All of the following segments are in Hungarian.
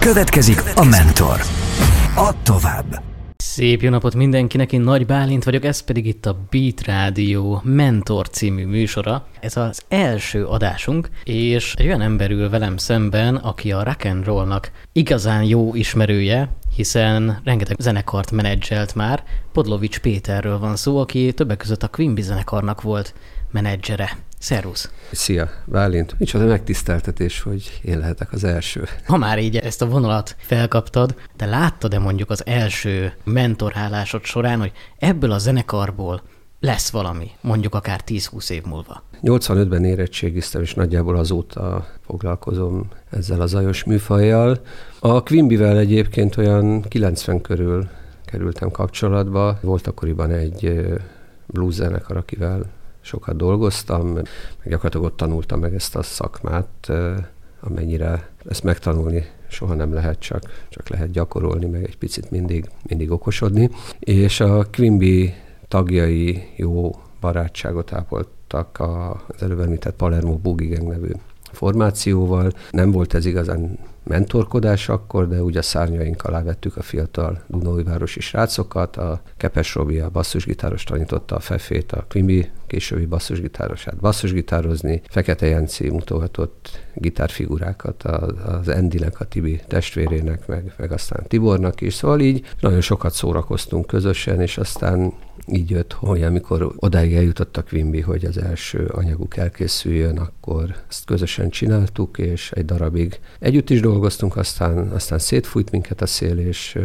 Következik a Mentor. Add tovább! Szép jó napot mindenkinek, én Nagy Bálint vagyok, ez pedig itt a Beat Rádió Mentor című műsora. Ez az első adásunk, és egy olyan ember ül velem szemben, aki a rock and rollnak igazán jó ismerője, hiszen rengeteg zenekart menedzselt már. Podlovics Péterről van szó, aki többek között a Quimby zenekarnak volt menedzsere. Szervusz! Szia, Bálint! Micsoda megtiszteltetés, hogy én lehetek az első. Ha már így ezt a vonalat felkaptad, de láttad-e mondjuk az első mentorálásod során, hogy ebből a zenekarból lesz valami, mondjuk akár 10-20 év múlva? 85-ben érettségiztem, és nagyjából azóta foglalkozom ezzel a zajos műfajjal. A Quimbyvel egyébként olyan 90 körül kerültem kapcsolatba. Volt akkoriban egy blues zenekar, akivel sokat dolgoztam, meg gyakorlatilag ott tanultam meg ezt a szakmát, amennyire ezt megtanulni soha nem lehet, csak lehet gyakorolni, meg egy picit mindig okosodni. És a Quimby tagjai jó barátságot ápoltak az előbb említett Palermo Boogie Gang nevű formációval. Nem volt ez igazán mentorkodás akkor, de úgy a szárnyaink alá vettük a fiatal dunaújvárosi srácokat. A Kepes Robi, a basszusgitáros tanította a Fefét, a Quimby későbbi basszusgitárosát basszusgitározni. Fekete Jenci mutogatott gitárfigurákat az Endinek, a Tibi testvérének, meg aztán Tibornak is. Szóval így nagyon sokat szórakoztunk közösen, és aztán így jött, hogy amikor odáig eljutott a Quimby, hogy az első anyaguk elkészüljön, akkor ezt közösen csináltuk, és egy darabig együtt is dolgoztunk, aztán szétfújt minket a szél, és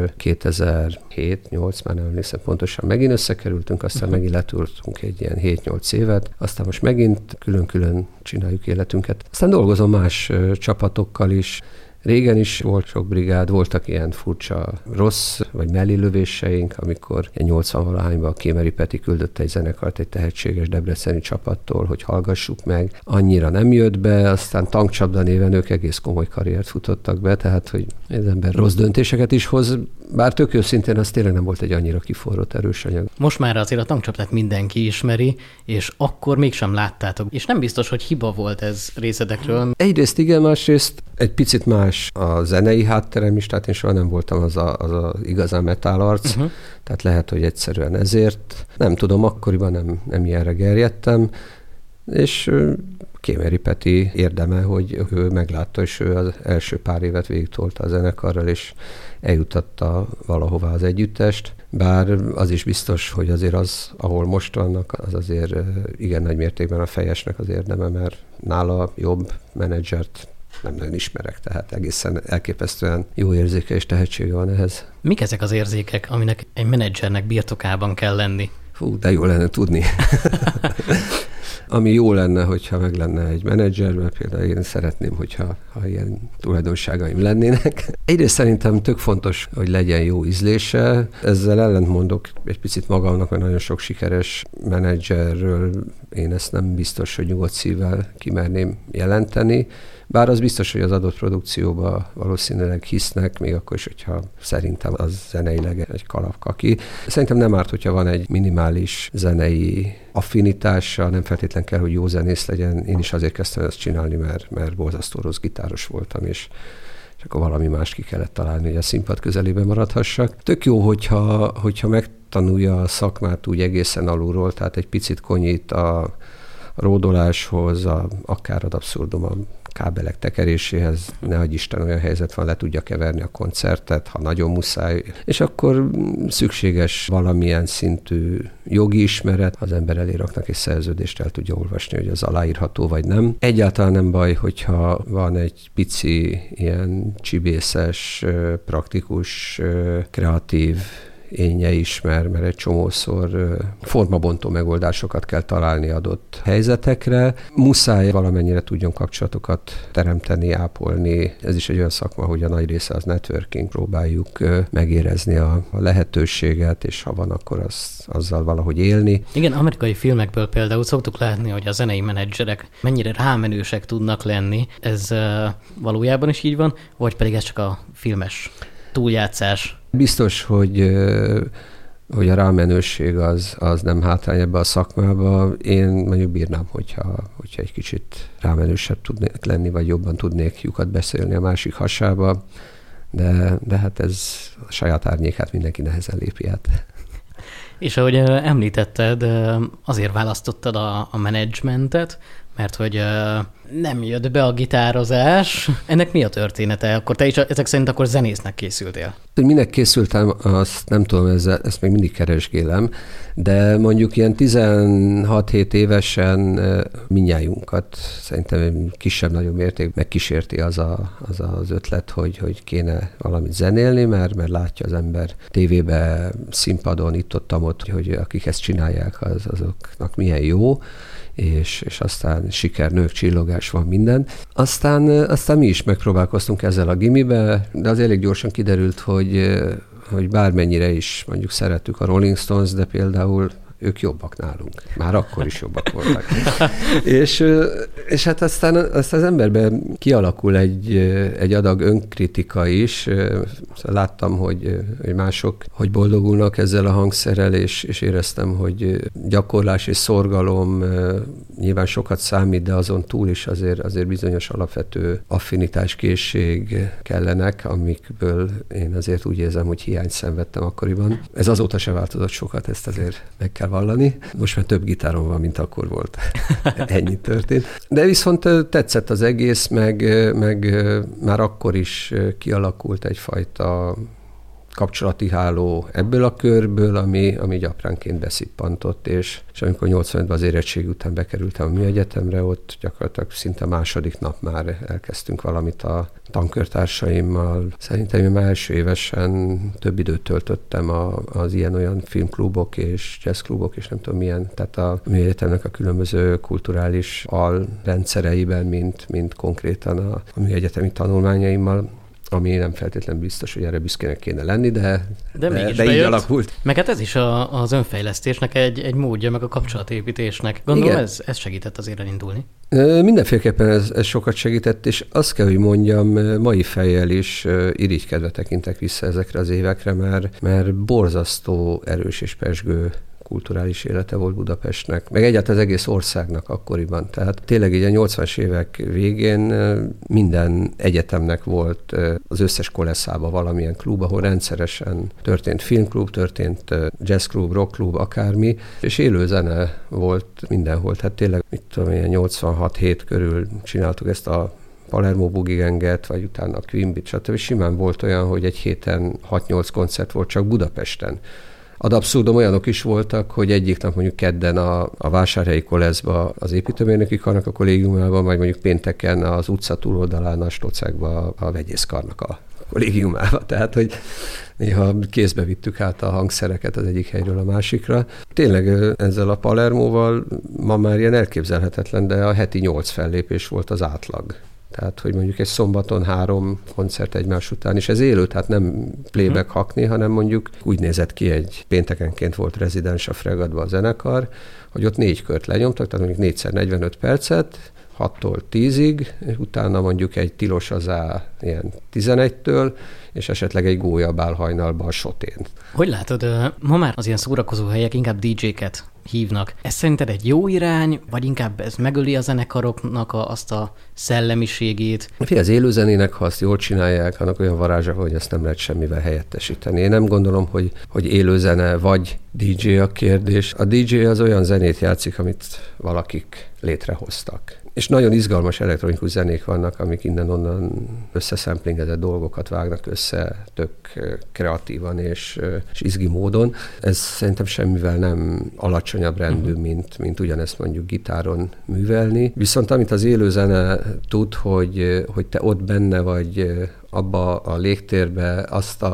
2007-8, már nem emlékszem pontosan, megint összekerültünk, aztán megint letúrtunk egy ilyen 7-8 évet, aztán most megint külön-külön csináljuk életünket. Aztán dolgozom más csapatokkal is. Régen is volt sok brigád, voltak ilyen furcsa rossz vagy mellélövéseink, amikor 80-valahányban a Kémeri Peti küldött egy zenekart egy tehetséges debreceni csapattól, hogy hallgassuk meg. Annyira nem jött be, aztán Tankcsapda néven ők egész komoly karriert futottak be, tehát hogy az ember rossz döntéseket is hoz, bár tök őszintén az tényleg nem volt egy annyira kiforrott erős anyag. Most már azért a Tankcsapdát mindenki ismeri, és akkor mégsem láttátok. És nem biztos, hogy hiba volt ez részedekről. Egyrészt igen, másrészt egy picit más a zenei hátterem is, tehát én soha nem voltam az igazán metal arc, tehát lehet, hogy egyszerűen ezért. Nem tudom, akkoriban nem ilyenre gerjedtem, és Kémeri Peti érdeme, hogy ő meglátta, és ő az első pár évet végigtolta a zenekarral, és eljutatta valahova az együttest. Bár az is biztos, hogy azért az, ahol most vannak, az azért igen nagy mértékben a Fejesnek az érdeme, mert nála jobb menedzsert nem nagyon ismerek, tehát egészen elképesztően jó érzéke és tehetsége van ehhez. Mik ezek az érzékek, aminek egy menedzsernek birtokában kell lenni? Fú, de jó lenne tudni. Ami jó lenne, hogyha meg lenne egy menedzser, mert például én szeretném, hogyha ilyen tulajdonságaim lennének. Egyrészt szerintem tök fontos, hogy legyen jó ízlése. Ezzel ellentmondok egy picit magamnak, mert nagyon sok sikeres menedzserről én ezt nem biztos, hogy nyugodt szívvel kimerném jelenteni. Bár az biztos, hogy az adott produkcióba valószínűleg hisznek, még akkor is, hogyha szerintem az zeneileg egy kalapkaki. Szerintem nem árt, hogyha van egy minimális zenei affinitása, nem feltétlen kell, hogy jó zenész legyen. Én is azért kezdtem ezt csinálni, mert borzasztó rossz gitáros voltam, és akkor valami mást ki kellett találni, hogy a színpad közelében maradhassak. Tök jó, hogyha megtanulja a szakmát úgy egészen alulról, tehát egy picit konyít a ródoláshoz, akár ad abszurdum a kábelek tekeréséhez, nehogy Isten olyan helyzet van, le tudja keverni a koncertet, ha nagyon muszáj, és akkor szükséges valamilyen szintű jogi ismeret, az ember elé raknak egy szerződést, el tudja olvasni, hogy az aláírható vagy nem. Egyáltalán nem baj, hogyha van egy pici, ilyen csibészes, praktikus, kreatív énje is, mert egy csomószor formabontó megoldásokat kell találni adott helyzetekre. Muszáj valamennyire tudjon kapcsolatokat teremteni, ápolni. Ez is egy olyan szakma, hogy a nagy része az networking, próbáljuk megérezni a lehetőséget, és ha van, akkor azzal valahogy élni. Igen, amerikai filmekből például szoktuk látni, hogy a zenei menedzserek mennyire rámenősek tudnak lenni. Ez valójában is így van, vagy pedig ez csak a filmes túljátszás? Biztos, hogy a rámenőség az nem hátrány ebbe a szakmába. Én mondjuk bírnám, hogyha egy kicsit rámenősebb tudnék lenni, vagy jobban tudnék lyukat beszélni a másik hasába. de hát ez a saját árnyékát mindenki nehezen lépi át. És ahogy említetted, azért választottad a menedzsmentet, mert hogy nem jött be a gitározás. Ennek mi a története? Akkor te is ezek szerint akkor zenésznek készültél? Hogy minek készültem, azt nem tudom, ezt még mindig keresgélem, de mondjuk ilyen 16-17 évesen mindnyájunkat szerintem kisebb-nagyobb mértékben megkísérti az az ötlet, hogy kéne valamit zenélni, mert látja az ember tévébe, színpadon, itt-ott, hogy akik ezt csinálják, azoknak milyen jó, és aztán siker, nők, csillogás van minden. Aztán mi is megpróbálkoztunk ezzel a gimibe, de az elég gyorsan kiderült, hogy bármennyire is mondjuk szerettük a Rolling Stones, de például ők jobbak nálunk. Már akkor is jobbak voltak. és hát aztán az emberben kialakul egy adag önkritika is. Láttam, hogy mások hogy boldogulnak ezzel a hangszerrel, és éreztem, hogy gyakorlás és szorgalom nyilván sokat számít, de azon túl is azért bizonyos alapvető affinitáskészség kellenek, amikből én azért úgy érzem, hogy hiányt szenvedtem akkoriban. Ez azóta se változott sokat, ezt azért meg kell vallani. Most már több gitárom van, mint akkor volt. Ennyi történt. De viszont tetszett az egész, meg már akkor is kialakult egyfajta kapcsolati háló ebből a körből, ami gyapránként beszippantott, és amikor 85-ben az érettség után bekerültem a műegyetemre, ott gyakorlatilag szinte második nap már elkezdtünk valamit a tankörtársaimmal. Szerintem én már első évesen több időt töltöttem az ilyen-olyan filmklubok és jazzklubok, és nem tudom milyen, tehát a műegyetemnek a különböző kulturális alrendszereiben, mint konkrétan a műegyetemi tanulmányaimmal, ami nem feltétlenül biztos, hogy erre büszkének kéne lenni, de így alakult. Meg hát ez is az önfejlesztésnek egy módja, meg a kapcsolatépítésnek. Gondolom ez segített azért elindulni. Mindenféleképpen ez sokat segített, és azt kell, hogy mondjam, mai fejjel is irigykedve tekintek vissza ezekre az évekre, mert borzasztó erős és pezsgő kulturális élete volt Budapestnek, meg egyáltalán az egész országnak akkoriban. Tehát tényleg így a 80-as évek végén minden egyetemnek volt az összes koleszában valamilyen klub, ahol rendszeresen történt filmklub, történt jazzklub, rockklub, akármi, és élő zene volt mindenhol. Tehát tényleg, mit tudom én, 86-7 körül csináltuk ezt a Palermo Boogie Ganget, vagy utána a Queen Beat, stb. Simán volt olyan, hogy egy héten 6-8 koncert volt csak Budapesten. Ad abszurdum olyanok is voltak, hogy egyik nap mondjuk kedden a Vásárhelyi Koleszba az építőmérnöki karnak a kollégiumában, vagy mondjuk pénteken az utca túloldalán a Stocekba a vegyészkarnak a kollégiumába. Tehát, hogy néha kézbe vittük át a hangszereket az egyik helyről a másikra. Tényleg ezzel a Palermóval ma már ilyen elképzelhetetlen, de a heti 8 fellépés volt az átlag. Tehát, hogy mondjuk egy szombaton 3 koncert egymás után, és ez élő, tehát nem playback hakni, hanem mondjuk úgy nézett ki, egy péntekenként volt rezidens a Fregadba a zenekar, hogy ott 4 kört lenyomtak, tehát mondjuk 4x 45 percet, 6-tól 10-ig, és utána mondjuk egy tilos azá ilyen 11-től, és esetleg egy gólyabb áll hajnalba a sotén. Hogy látod, ma már az ilyen szórakozó helyek inkább DJ-ket hívnak. Ez szerinted egy jó irány, vagy inkább ez megöli a zenekaroknak azt a szellemiségét? Az élőzenének, ha azt jól csinálják, annak olyan varázsa, hogy ezt nem lehet semmivel helyettesíteni. Én nem gondolom, hogy élőzene vagy DJ a kérdés. A DJ az olyan zenét játszik, amit valakik létrehoztak. És nagyon izgalmas elektronikus zenék vannak, amik innen-onnan összeszemplingezett dolgokat vágnak össze tök kreatívan és izgi módon. Ez szerintem semmivel nem alacsonyabb rendű, mint ugyanezt mondjuk gitáron művelni. Viszont amit az élőzene tud, hogy te ott benne vagy abba a légtérbe, azt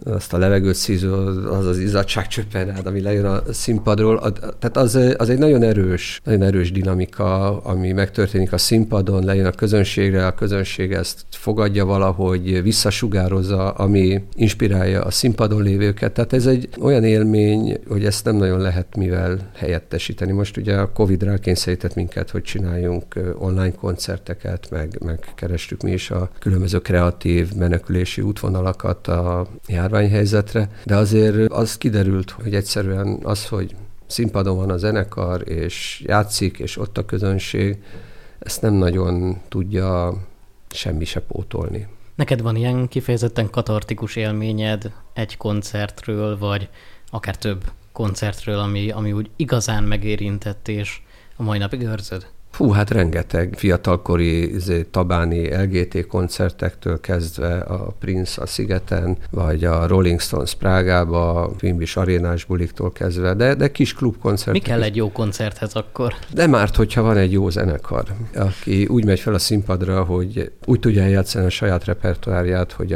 a levegőt szízol, az izzadság csöppen rád, ami lejön a színpadról. Tehát az egy nagyon erős dinamika, ami megtörténik a színpadon, lejön a közönségre, a közönség ezt fogadja valahogy, visszasugározza, ami inspirálja a színpadon lévőket. Tehát ez egy olyan élmény, hogy ezt nem nagyon lehet mivel helyettesíteni. Most ugye a Covid rákényszerített minket, hogy csináljunk online koncerteket, meg kerestük mi is a különböző kreatív menekülési útvonalakat a járványhelyzetre, de azért az kiderült, hogy egyszerűen az, hogy színpadon van a zenekar, és játszik, és ott a közönség, ezt nem nagyon tudja semmi se pótolni. Neked van ilyen kifejezetten katartikus élményed egy koncertről, vagy akár több koncertről, ami úgy igazán megérintett, és a mai napig őrzöd? Hú, hát rengeteg fiatalkori tabáni LGT koncertektől kezdve a Prince a Szigeten, vagy a Rolling Stones Prágába, a Quimbis arénás buliktól kezdve, de kis klubkoncertek. Mi kell egy jó koncerthez akkor? De már, hogyha van egy jó zenekar, aki úgy megy fel a színpadra, hogy úgy tudja eljátszani a saját repertoárját, hogy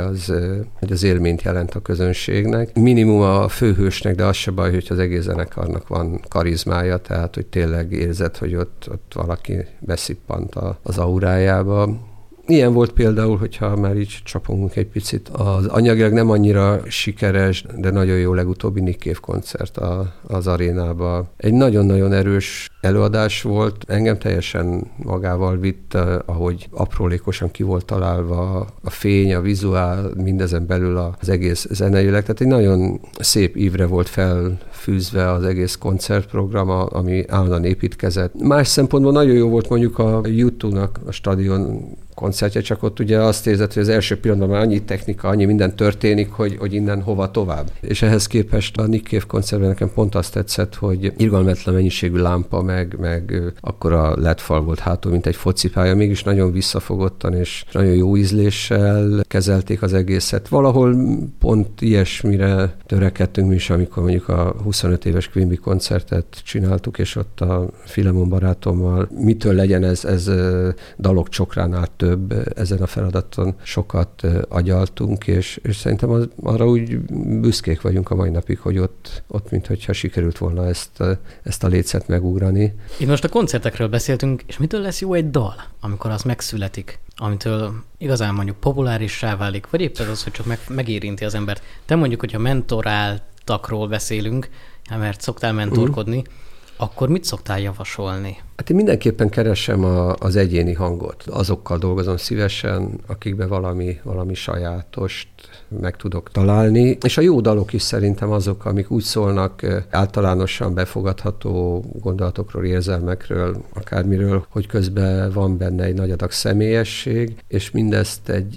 az élményt jelent a közönségnek. Minimum a főhősnek, de az se baj, hogy az egész zenekarnak van karizmája, tehát hogy tényleg érzed, hogy ott valaki beszippant az aurájába. Ilyen volt például, hogyha már így csapongunk egy picit, az anyagilag nem annyira sikeres, de nagyon jó legutóbbi Nick Cave koncert az arénába. Egy nagyon-nagyon erős előadás volt, engem teljesen magával vitt, ahogy aprólékosan ki volt találva a fény, a vizuál, mindezen belül az egész zeneileg, tehát egy nagyon szép ívre volt felfűzve az egész koncertprogram, ami állandóan építkezett. Más szempontból nagyon jó volt mondjuk a U2-nak a stadion koncertje, csak ott ugye azt érzed, hogy az első pillanatban már annyi technika, annyi minden történik, hogy innen hova tovább. És ehhez képest a Nick Cave koncertben nekem pont azt tetszett, hogy irgalmatlan mennyiségű lámpa, meg akkora LED-fal volt hátul, mint egy focipálya, mégis nagyon visszafogottan és nagyon jó ízléssel kezelték az egészet. Valahol pont ilyesmire törekedtünk mi is, amikor mondjuk a 25 éves Quimby koncertet csináltuk, és ott a Filemon barátommal mitől legyen ez dalok csokránál több, ezen a feladaton sokat agyaltunk, és szerintem arra úgy büszkék vagyunk a mai napig, hogy ott minthogyha sikerült volna ezt a lécet megugrani. Itt most a koncertekről beszéltünk, és mitől lesz jó egy dal, amikor az megszületik, amitől igazán mondjuk populárissá válik, vagy éppen az, hogy csak megérinti az embert. Te mondjuk, hogyha mentoráltakról beszélünk, mert szoktál mentorkodni, akkor mit szoktál javasolni? Hát én mindenképpen keresem az egyéni hangot. Azokkal dolgozom szívesen, akikben valami sajátost meg tudok találni. És a jó dalok is szerintem azok, amik úgy szólnak általánosan befogadható gondolatokról, érzelmekről, akármiről, hogy közben van benne egy nagy adag személyesség, és mindezt egy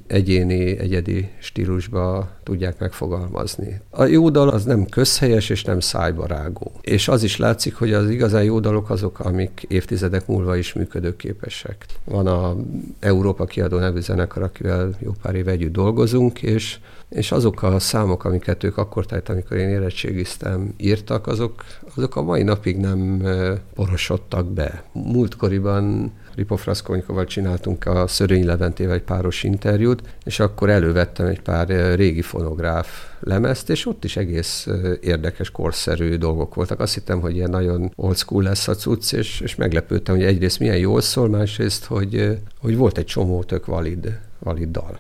egyedi stílusba tudják megfogalmazni. A jó dal az nem közhelyes és nem szájbarágó. És az is látszik, hogy az igazán jó dalok azok, amik évtizedek múlva is működőképesek. Van a Európa Kiadó nevű zenekar, akivel jó pár éve együtt dolgozunk, és azok a számok, amiket ők akkor, tehát amikor én érettségiztem, írtak, azok a mai napig nem porosodtak be. Múltkoriban Ripov Raskolnikoval csináltunk a Szörényi Leventével egy páros interjút, és akkor elővettem egy pár régi fonográf lemezt, és ott is egész érdekes, korszerű dolgok voltak. Azt hittem, hogy ilyen nagyon old school lesz a cucc, és meglepődtem, hogy egyrészt milyen jól szól, másrészt, hogy volt egy csomó tök valid dal.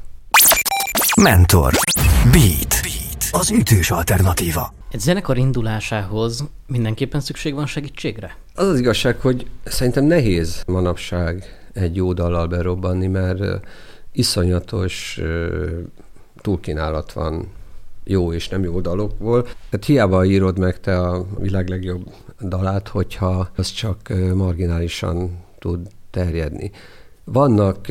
Mentor. Beat. Az ütős alternatíva. Egy zenekar indulásához mindenképpen szükség van segítségre? Az az igazság, hogy szerintem nehéz manapság egy jó dallal berobbanni, mert iszonyatos túlkínálat van jó és nem jó dalokból. Hát hiába írod meg te a világ legjobb dalát, hogyha az csak marginálisan tud terjedni. Vannak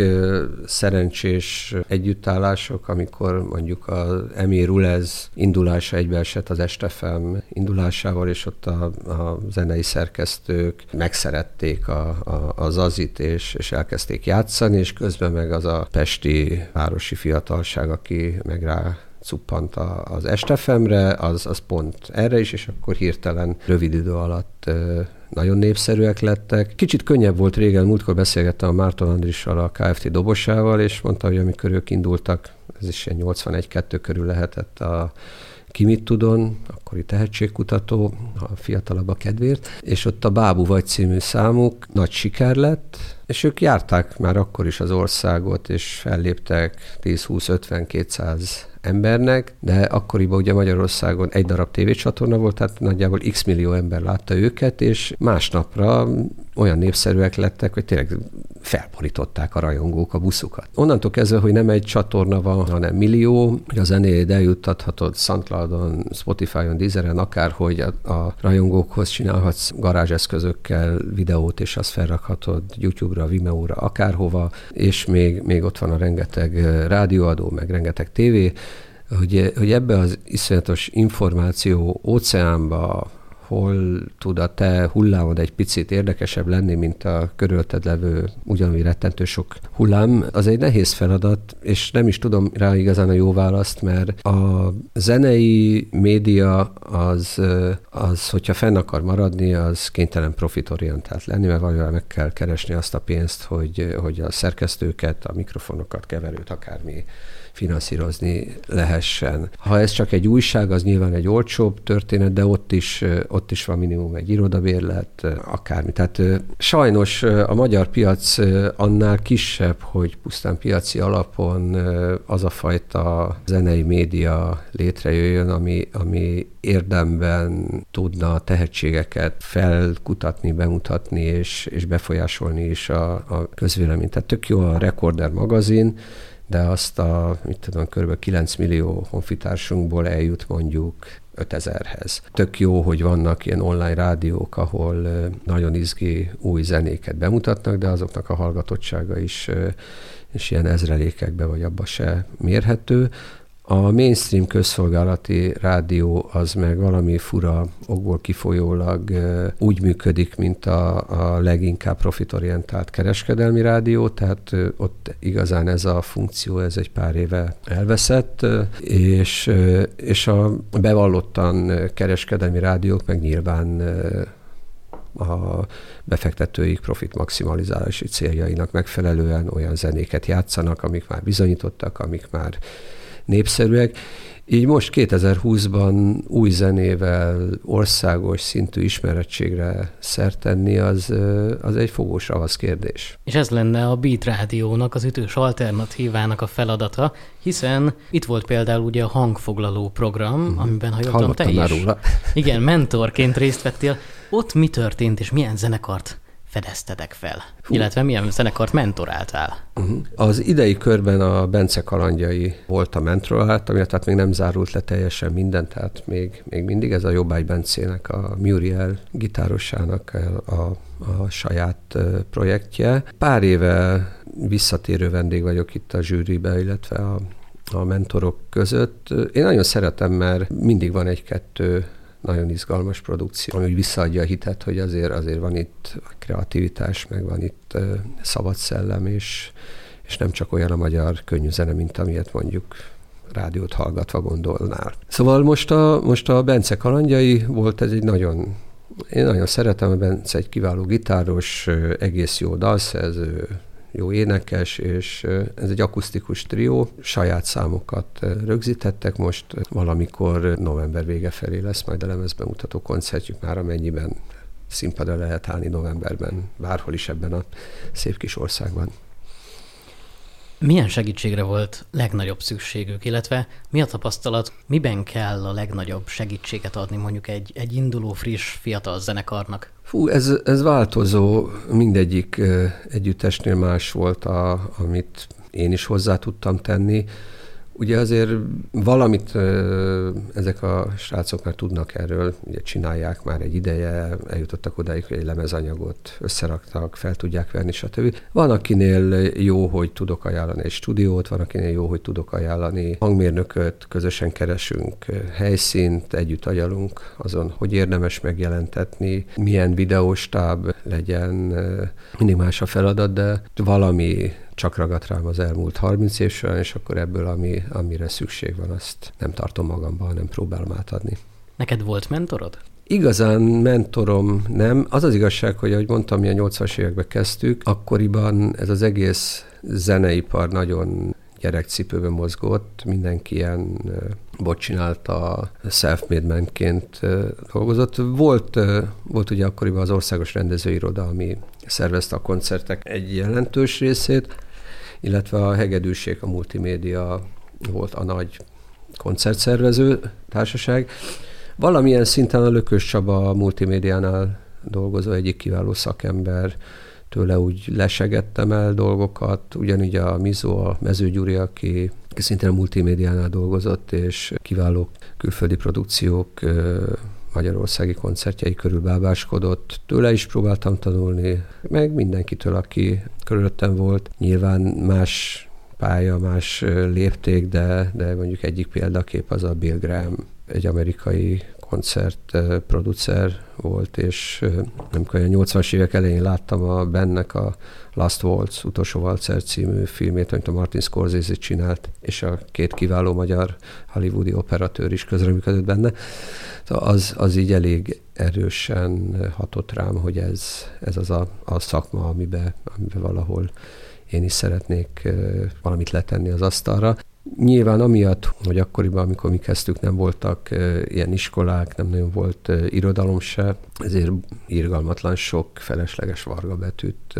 szerencsés együttállások, amikor mondjuk az Emil Rulez indulása egybeesett az Est.FM indulásával, és ott a zenei szerkesztők megszerették a Zazit, és elkezdték játszani, és közben meg az a pesti városi fiatalság, aki meg rá cuppant az Est.FM-re, az pont erre is, és akkor hirtelen rövid idő alatt nagyon népszerűek lettek. Kicsit könnyebb volt régen, múltkor beszélgettem a Márton Andrissal, a Kft. Dobosával, és mondta, hogy amikor ők indultak, ez is ilyen 81-2 körül lehetett a Ki mit tudon, akkori tehetségkutató, a fiatalabb a kedvéért, és ott a Bábú vagy című számuk nagy siker lett, és ők járták már akkor is az országot, és felléptek 10-20-50-200 embernek, de akkoriban ugye Magyarországon egy darab tévécsatorna volt, tehát nagyjából x millió ember látta őket, és másnapra olyan népszerűek lettek, hogy tényleg felborították a rajongók a buszukat. Onnantól kezdve, hogy nem egy csatorna van, hanem millió, hogy a zenéjét eljuttathatod SoundCloudon, Spotify-on, Deezeren, akárhogy a rajongókhoz csinálhatsz garázseszközökkel videót, és azt felrakhatod YouTube-ra, Vimeo-ra, akárhova, és még ott van a rengeteg rádióadó, meg rengeteg tévé, hogy ebbe az iszonyatos információ óceánba hol tud a te hullámod egy picit érdekesebb lenni, mint a körülötted levő ugyanúgy rettentő sok hullám, az egy nehéz feladat, és nem is tudom rá igazán a jó választ, mert a zenei média az hogyha fenn akar maradni, az kénytelen profitorientált lenni, mert valamivel meg kell keresni azt a pénzt, hogy a szerkesztőket, a mikrofonokat, keverőt, akármi finanszírozni lehessen. Ha ez csak egy újság, az nyilván egy olcsóbb történet, de ott is van minimum egy irodabérlet, akármi. Tehát sajnos a magyar piac annál kisebb, hogy pusztán piaci alapon az a fajta zenei média létrejöjjön, ami érdemben tudna tehetségeket felkutatni, bemutatni és befolyásolni is a közvéleményt. Tehát tök jó a Recorder magazin, de azt kb. 9 millió honfitársunkból eljut mondjuk 5000-hez. Tök jó, hogy vannak ilyen online rádiók, ahol nagyon izgi új zenéket bemutatnak, de azoknak a hallgatottsága is és ilyen ezrelékekbe vagy abba se mérhető. A mainstream közszolgálati rádió az meg valami fura okból kifolyólag úgy működik, mint a leginkább profitorientált kereskedelmi rádió, tehát ott igazán ez a funkció, ez egy pár éve elveszett, és a bevallottan kereskedelmi rádiók meg nyilván a befektetőik profit maximalizálási céljainak megfelelően olyan zenéket játszanak, amik már bizonyítottak, amik már népszerűek. Így most 2020-ban új zenével országos szintű ismerettségre szert tenni, az egy fogós ravasz kérdés. És ez lenne a Beat Rádiónak, az ütős alternatívának a feladata, hiszen itt volt például ugye a hangfoglaló program, amiben, ha jól tudom, te is. Róla. Igen, mentorként részt vettél. Ott mi történt, és milyen zenekart fedeztetek fel? Illetve milyen zenekart mentoráltál? Az idei körben a Bence kalandjai volt a mentorált, ami tehát még nem zárult le teljesen minden, tehát még mindig ez a Jobbágy Bencének, a Muriel gitárosának a saját projektje. Pár éve visszatérő vendég vagyok itt a zsűribe, illetve a mentorok között. Én nagyon szeretem, mert mindig van egy-kettő nagyon izgalmas produkció, ami úgy visszaadja a hitet, hogy azért van itt kreativitás, meg van itt szabad szellem, és nem csak olyan a magyar könnyű zene, mint amilyet mondjuk rádiót hallgatva gondolnál. Szóval most a Bence kalandjai volt, ez én nagyon szeretem, a Bence egy kiváló gitáros, egész jó dalszerző, jó énekes, és ez egy akusztikus trió, saját számokat rögzítettek most, valamikor november vége felé lesz majd a lemezbemutató koncertjük már, amennyiben színpadra lehet állni novemberben, bárhol is ebben a szép kis országban. Milyen segítségre volt legnagyobb szükségük, illetve mi a tapasztalat, miben kell a legnagyobb segítséget adni mondjuk egy induló, friss, fiatal zenekarnak? Ez változó, mindegyik együttesnél más volt, amit én is hozzá tudtam tenni. Ugye azért valamit ezek a srácok már tudnak erről, ugye csinálják már egy ideje, eljutottak odáig, hogy egy lemezanyagot összeraktak, fel tudják verni, stb. Van, akinél jó, hogy tudok ajánlani egy stúdiót, van, akinél jó, hogy tudok ajánlani hangmérnököt, közösen keresünk helyszínt, együtt agyalunk azon, hogy érdemes megjelentetni, milyen videóstáb legyen, mindig más a feladat, de valami csak ragadt rám az elmúlt 30 év során, és akkor ebből, amire szükség van, azt nem tartom magamba, hanem próbálom átadni. Neked volt mentorod? Igazán mentorom nem. Az az igazság, hogy ahogy mondtam, mi a 80-as években kezdtük, akkoriban ez az egész zeneipar nagyon gyerekcipőben mozgott, mindenki ilyen csinálta, self-made manként dolgozott. Volt ugye akkoriban az Országos Rendezőiroda, ami szervezte a koncertek egy jelentős részét, illetve a Hegedűség, a multimédia volt a nagy koncertszervező társaság. Valamilyen szinten a Lökös Csaba a multimédiánál dolgozó egyik kiváló szakember, tőle úgy lesegettem el dolgokat, ugyanígy a Mizó, a Mező Gyuri, aki szintén a multimédiánál dolgozott, és kiváló külföldi produkciók magyarországi koncertjei körül bábáskodott. Tőle is próbáltam tanulni, meg mindenkitől, aki körülöttem volt. Nyilván más pálya, más lépték, de mondjuk egyik példakép az a Bill Graham, egy amerikai koncertproducer volt, és amikor a 80-as évek elején láttam a Bennek a Last Waltz, Utolsó Valcer című filmét, amit a Martin Scorsese csinált, és a két kiváló magyar hollywoodi operatőr is közreműködött benne. Az így elég erősen hatott rám, hogy ez az a szakma, amiben valahol én is szeretnék valamit letenni az asztalra. Nyilván amiatt, hogy akkoriban, amikor mi kezdtük, nem voltak ilyen iskolák, nem nagyon volt irodalom se, ezért irgalmatlan sok felesleges vargabetűt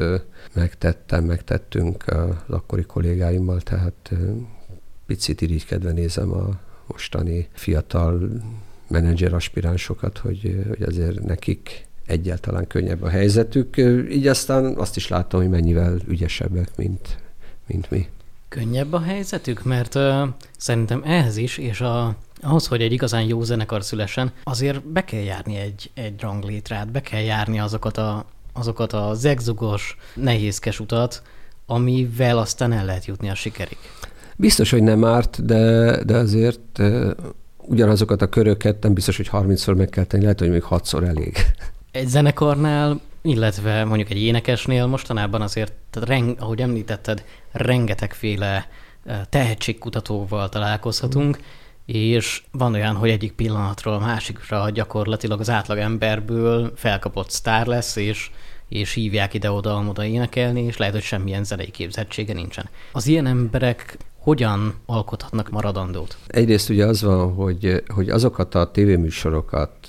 megtettünk az akkori kollégáimmal, tehát picit irigykedve nézem a mostani fiatal menedzser aspiránsokat, hogy azért nekik egyáltalán könnyebb a helyzetük. Így aztán azt is láttam, hogy mennyivel ügyesebbek, mint mi. Könnyebb a helyzetük? Mert szerintem ehhez is, és ahhoz, hogy egy igazán jó zenekar szülessen, azért be kell járni egy ranglétrát, be kell járni azokat a zegzugos, nehézkes utat, amivel aztán el lehet jutni a sikerig. Biztos, hogy nem árt, de azért ugyanazokat a köröket nem biztos, hogy 30-szor meg kell tenni, lehet, hogy még 6-szor elég. Egy zenekarnál, illetve mondjuk egy énekesnél mostanában azért, ahogy említetted, rengetegféle tehetségkutatóval találkozhatunk, és van olyan, hogy egyik pillanatról a másikra gyakorlatilag az átlag emberből felkapott sztár lesz, és hívják ide-oda énekelni, és lehet, hogy semmilyen zenei képzettsége nincsen. Az ilyen emberek hogyan alkothatnak maradandót? Egyrészt ugye az van, hogy azokat a tévéműsorokat,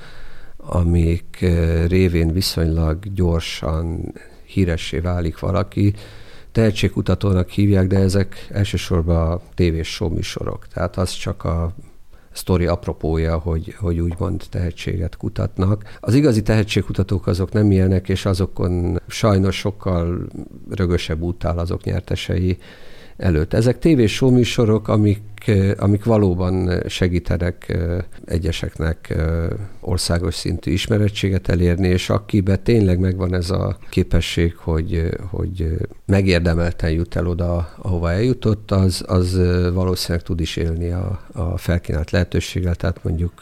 amik révén viszonylag gyorsan híressé válik valaki, tehetségkutatónak hívják, de ezek elsősorban a tévés show műsorok. Tehát az csak a sztori apropója, hogy úgymond tehetséget kutatnak. Az igazi tehetségkutatók azok nem ilyenek, és azokon sajnos sokkal rögösebb út áll azok nyertesei előtt. Ezek tévés show műsorok, amik valóban segítenek egyeseknek országos szintű ismerettséget elérni, és akiben tényleg megvan ez a képesség, hogy megérdemelten jut el oda, ahova eljutott, az valószínűleg tud is élni a felkínált lehetőséggel. Tehát mondjuk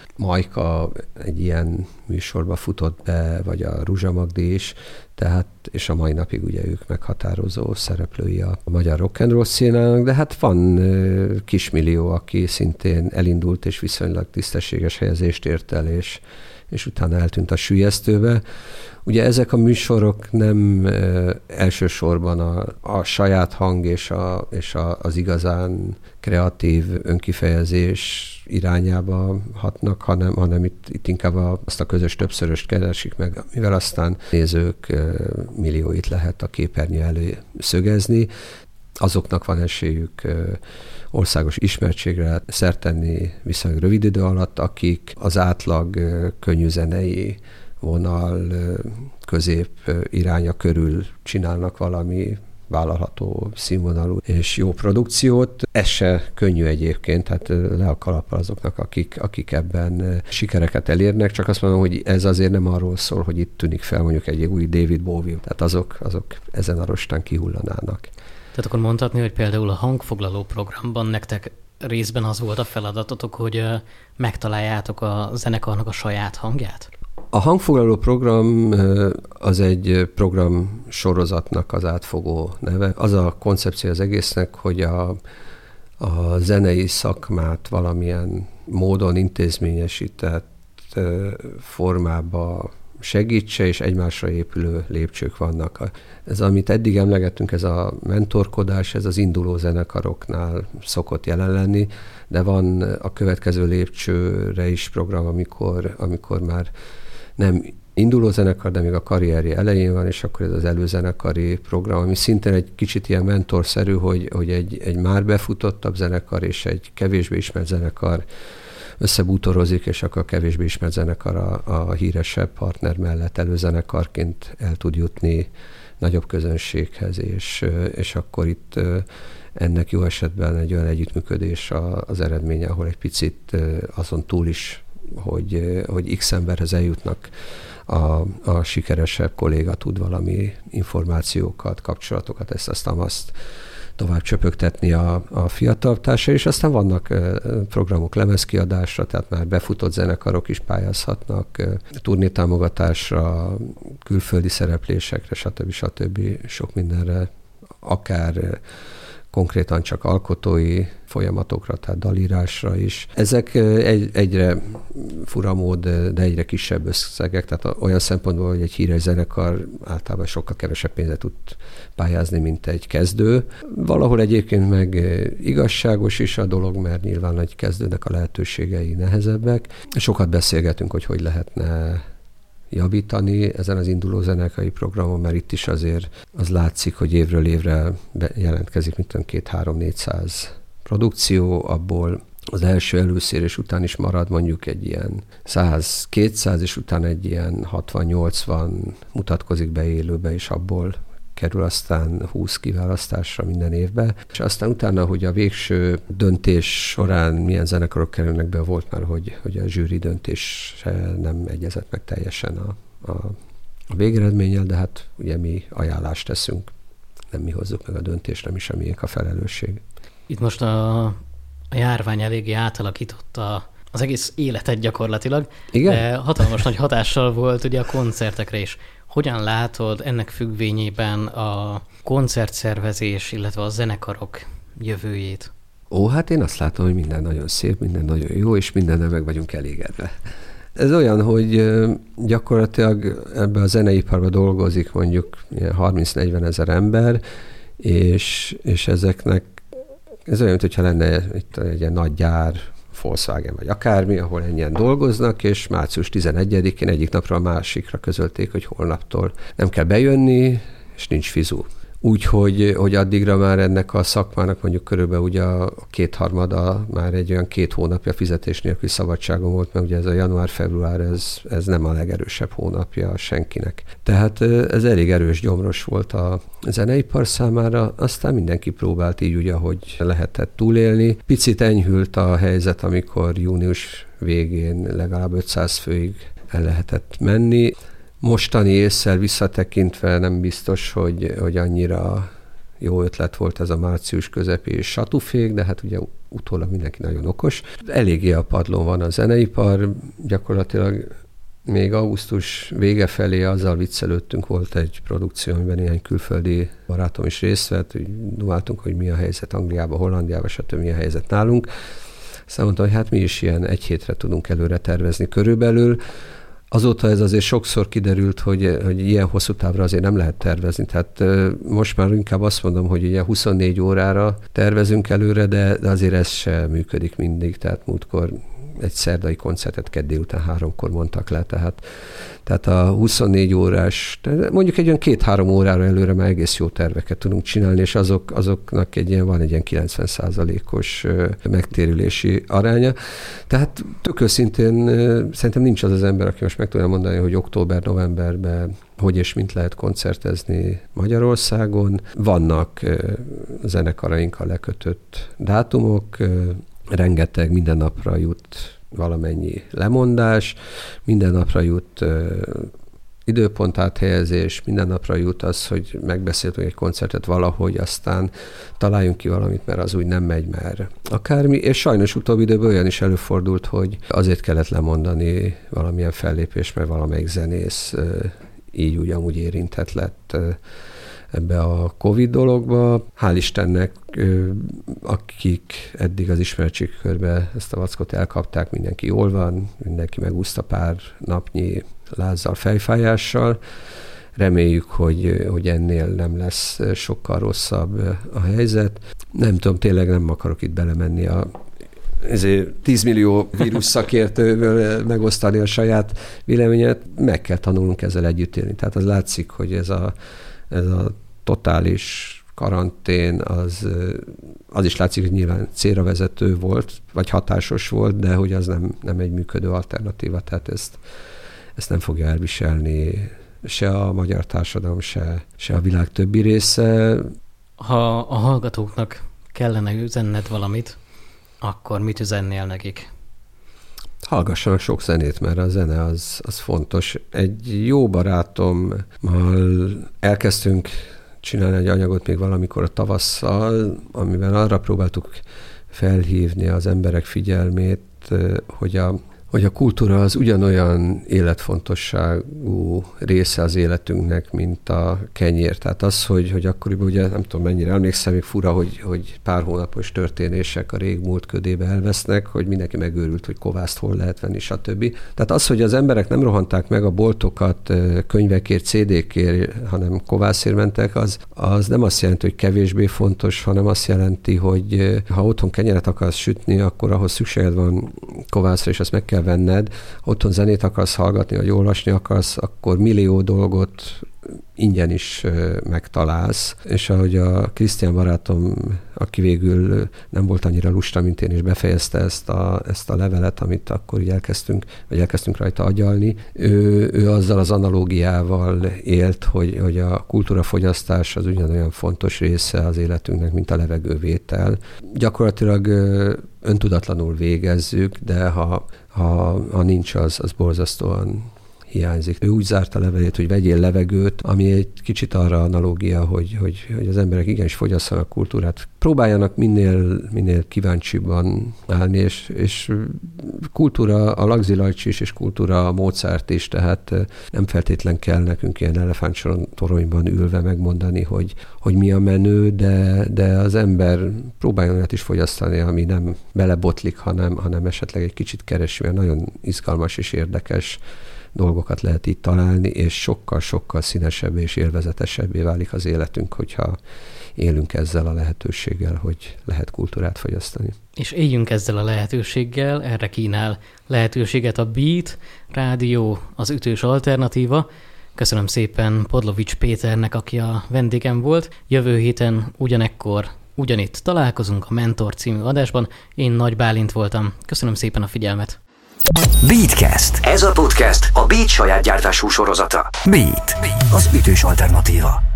Majka egy ilyen műsorba futott be, vagy a Ruzsa Magdi is, tehát, és a mai napig ugye ők meghatározó szereplői a magyar rock'n'roll színának, de hát van kismillió, aki szintén elindult és viszonylag tisztességes helyezést ért el, és utána eltűnt a süllyesztőbe. Ugye ezek a műsorok nem elsősorban a saját hang és az igazán kreatív önkifejezés irányába hatnak, hanem itt inkább azt a közös többszöröst keresik meg, mivel aztán nézők millióit lehet a képernyő elé szögezni. Azoknak van esélyük országos ismertségre szert tenni viszonylag rövid idő alatt, akik az átlag könnyűzenei vonal közép iránya körül csinálnak valami vállalható színvonalú és jó produkciót. Ez se könnyű egyébként, tehát le a kalappal azoknak, akik ebben sikereket elérnek, csak azt mondom, hogy ez azért nem arról szól, hogy itt tűnik fel mondjuk egy új David Bowie, tehát azok ezen a rostán kihullanának. Tehát akkor mondhatni, hogy például a hangfoglaló programban nektek részben az volt a feladatotok, hogy megtaláljátok a zenekarnak a saját hangját? A hangfoglaló program az egy program sorozatnak az átfogó neve. Az a koncepció az egésznek, hogy a zenei szakmát valamilyen módon intézményesített formába segítse, és egymásra épülő lépcsők vannak. Ez, amit eddig emlegettünk, ez a mentorkodás, ez az induló zenekaroknál szokott jelen lenni, de van a következő lépcsőre is program, amikor már nem induló zenekar, de még a karrierje elején van, és akkor ez az előzenekari program, ami szintén egy kicsit ilyen mentorszerű, hogy egy már befutottabb zenekar és egy kevésbé ismert zenekar összebútorozik, és akkor a kevésbé ismert zenekar a híresebb partner mellett előzenekarként el tud jutni nagyobb közönséghez, és akkor itt ennek jó esetben egy olyan együttműködés az eredménye, ahol egy picit azon túl is, hogy X emberhez eljutnak, a sikeresebb kolléga tud valami információkat, kapcsolatokat, azt tovább csöpögtetni a fiatal társai, és aztán vannak programok lemezkiadásra, tehát már befutott zenekarok is pályázhatnak, turnétámogatásra, külföldi szereplésekre, stb. Sok mindenre, akár konkrétan csak alkotói folyamatokra, tehát dalírásra is. Ezek egyre furamód, de egyre kisebb összegek, tehát olyan szempontból, hogy egy híres zenekar általában sokkal kevesebb pénzet tud pályázni, mint egy kezdő. Valahol egyébként meg igazságos is a dolog, mert nyilván egy kezdőnek a lehetőségei nehezebbek. Sokat beszélgetünk, hogy lehetne javítani ezen az induló zenekari programon, mert itt is azért az látszik, hogy évről évre jelentkezik, mint 200-300-400 produkció, abból az első előszérés után is marad mondjuk egy ilyen 100-200, és utána egy ilyen 60-80 mutatkozik be élőbe, és abból kerül aztán 20 kiválasztásra minden évben. És aztán utána, hogy a végső döntés során milyen zenekarok kerülnek be, volt már, hogy a zsűri döntése nem egyezett meg teljesen a végeredménnyel, de hát ugye mi ajánlást teszünk, nem mi hozzuk meg a döntést, nem is a miénk a felelősség. Itt most a járvány eléggé átalakította az egész életet gyakorlatilag, igen? De hatalmas nagy hatással volt ugye a koncertekre is. Hogyan látod ennek függvényében a koncertszervezés, illetve a zenekarok jövőjét? Hát én azt látom, hogy minden nagyon szép, minden nagyon jó, és mindennel meg vagyunk elégedve. Ez olyan, hogy gyakorlatilag ebbe a zeneiparban dolgozik mondjuk 30-40 ezer ember, és ezeknek ez olyan, mintha lenne itt egy ilyen nagy gyár, Volkswagen vagy akármi, ahol ennyien dolgoznak, és március 11-én egyik napra a másikra közölték, hogy holnaptól nem kell bejönni, és nincs fizu. Úgyhogy addigra már ennek a szakmának mondjuk körülbelül ugye a kétharmada már egy olyan 2 hónapja fizetés nélküli szabadságon volt, mert ugye ez a január-február, ez nem a legerősebb hónapja senkinek. Tehát ez elég erős gyomros volt a zeneipar számára, aztán mindenki próbált így ugye, hogy lehetett túlélni. Picit enyhült a helyzet, amikor június végén legalább 500 főig el lehetett menni. Mostani ésszel visszatekintve nem biztos, hogy annyira jó ötlet volt ez a március közepi és satufék, de hát ugye utólag mindenki nagyon okos. Eléggé a padlón van a zeneipar, gyakorlatilag még augusztus vége felé azzal viccelődtünk, volt egy produkció, amiben ilyen külföldi barátom is részt vett, hogy dumáltunk, hogy mi a helyzet Angliában, Hollandiában, stb. Mi a helyzet nálunk. Aztán mondta, hogy hát mi is ilyen 1 hétre tudunk előre tervezni körülbelül. Azóta ez azért sokszor kiderült, hogy ilyen hosszú távra azért nem lehet tervezni. Tehát most már inkább azt mondom, hogy ugye 24 órára tervezünk előre, de azért ez se működik mindig. Tehát múltkor egy szerdai koncertet kedd délután 3-kor mondtak le, tehát a 24 órás, mondjuk egy olyan 2-3 órára előre már egész jó terveket tudunk csinálni, és azoknak van egy ilyen 90%-os megtérülési aránya. Tehát tök őszintén szerintem nincs az az ember, aki most meg tudja mondani, hogy október-novemberben hogy és mint lehet koncertezni Magyarországon. Vannak zenekarainkkal lekötött dátumok, rengeteg, minden napra jut valamennyi lemondás, minden napra jut időpont áthelyezés, minden napra jut az, hogy megbeszéltünk egy koncertet valahogy, aztán találjunk ki valamit, mert az úgy nem megy már akármi, és sajnos utóbbi időben olyan is előfordult, hogy azért kellett lemondani valamilyen fellépés, mert valamelyik zenész így úgy amúgy érintett lett ebbe a Covid dologba. Hál' Istennek, akik eddig az ismertségkörbe ezt a vackot elkapták, mindenki jól van, mindenki megúszta pár napnyi lázzal, fejfájással. Reméljük, hogy ennél nem lesz sokkal rosszabb a helyzet. Nem tudom, tényleg nem akarok itt belemenni ezért 10 millió vírus szakértőből megosztani a saját véleményet, meg kell tanulnunk ezzel együtt élni. Tehát az látszik, hogy ez a totális karantén, az is látszik, hogy nyilván célra vezető volt, vagy hatásos volt, de hogy az nem egy működő alternatíva, tehát ezt nem fogja elviselni se a magyar társadalom, se a világ többi része. Ha a hallgatóknak kellene üzenned valamit, akkor mit üzennél nekik? Hallgassanak sok zenét, mert a zene az fontos. Egy jó barátommal elkezdtünk csinálni egy anyagot még valamikor a tavasszal, amiben arra próbáltuk felhívni az emberek figyelmét, hogy a kultúra az ugyanolyan életfontosságú része az életünknek, mint a kenyér. Tehát az, hogy akkoriban ugye nem tudom mennyire emlékszem, még fura, hogy pár hónapos történések a régmúlt ködébe elvesznek, hogy mindenki megőrült, hogy kovászt hol lehet venni, stb. Tehát az, hogy az emberek nem rohanták meg a boltokat könyvekért, CD-kért, hanem kovászért mentek, az nem azt jelenti, hogy kevésbé fontos, hanem azt jelenti, hogy ha otthon kenyeret akarsz sütni, akkor ahhoz szükséged van kovászra, és azt meg kell venned. Otthon zenét akarsz hallgatni, vagy olvasni akarsz, akkor millió dolgot ingyen is megtalálsz. És ahogy a Krisztián barátom, aki végül nem volt annyira lusta, mint én, és befejezte ezt a levelet, amit akkor így elkezdtünk rajta agyalni, ő azzal az analógiával élt, hogy a kultúrafogyasztás az ugyanolyan fontos része az életünknek, mint a levegővétel. Gyakorlatilag öntudatlanul végezzük, de ha nincs, az borzasztóan hiányzik. Ő úgy zárta a levelét, hogy vegyél levegőt, ami egy kicsit arra analógia, hogy az emberek igenis fogyasszanak kultúrát. Próbáljanak minél kíváncsibban állni, és kultúra a Lagzi Lajcsi is, és kultúra a Mozart is, tehát nem feltétlen kell nekünk ilyen elefánttoronyban ülve megmondani, hogy mi a menő, de az ember próbáljon olyat is fogyasztani, ami nem belebotlik, hanem esetleg egy kicsit keresi, mert nagyon izgalmas és érdekes dolgokat lehet itt találni, és sokkal-sokkal színesebbé és élvezetesebbé válik az életünk, hogyha élünk ezzel a lehetőséggel, hogy lehet kultúrát fogyasztani. És éljünk ezzel a lehetőséggel, erre kínál lehetőséget a Beat Rádió, az ütős alternatíva. Köszönöm szépen Podlovics Péternek, aki a vendégem volt. Jövő héten ugyanekkor, ugyanitt találkozunk a Mentor című adásban. Én Nagy Bálint voltam. Köszönöm szépen a figyelmet. Beatcast. Ez a podcast a Beat saját gyártású sorozata. Beat, az ütős alternatíva.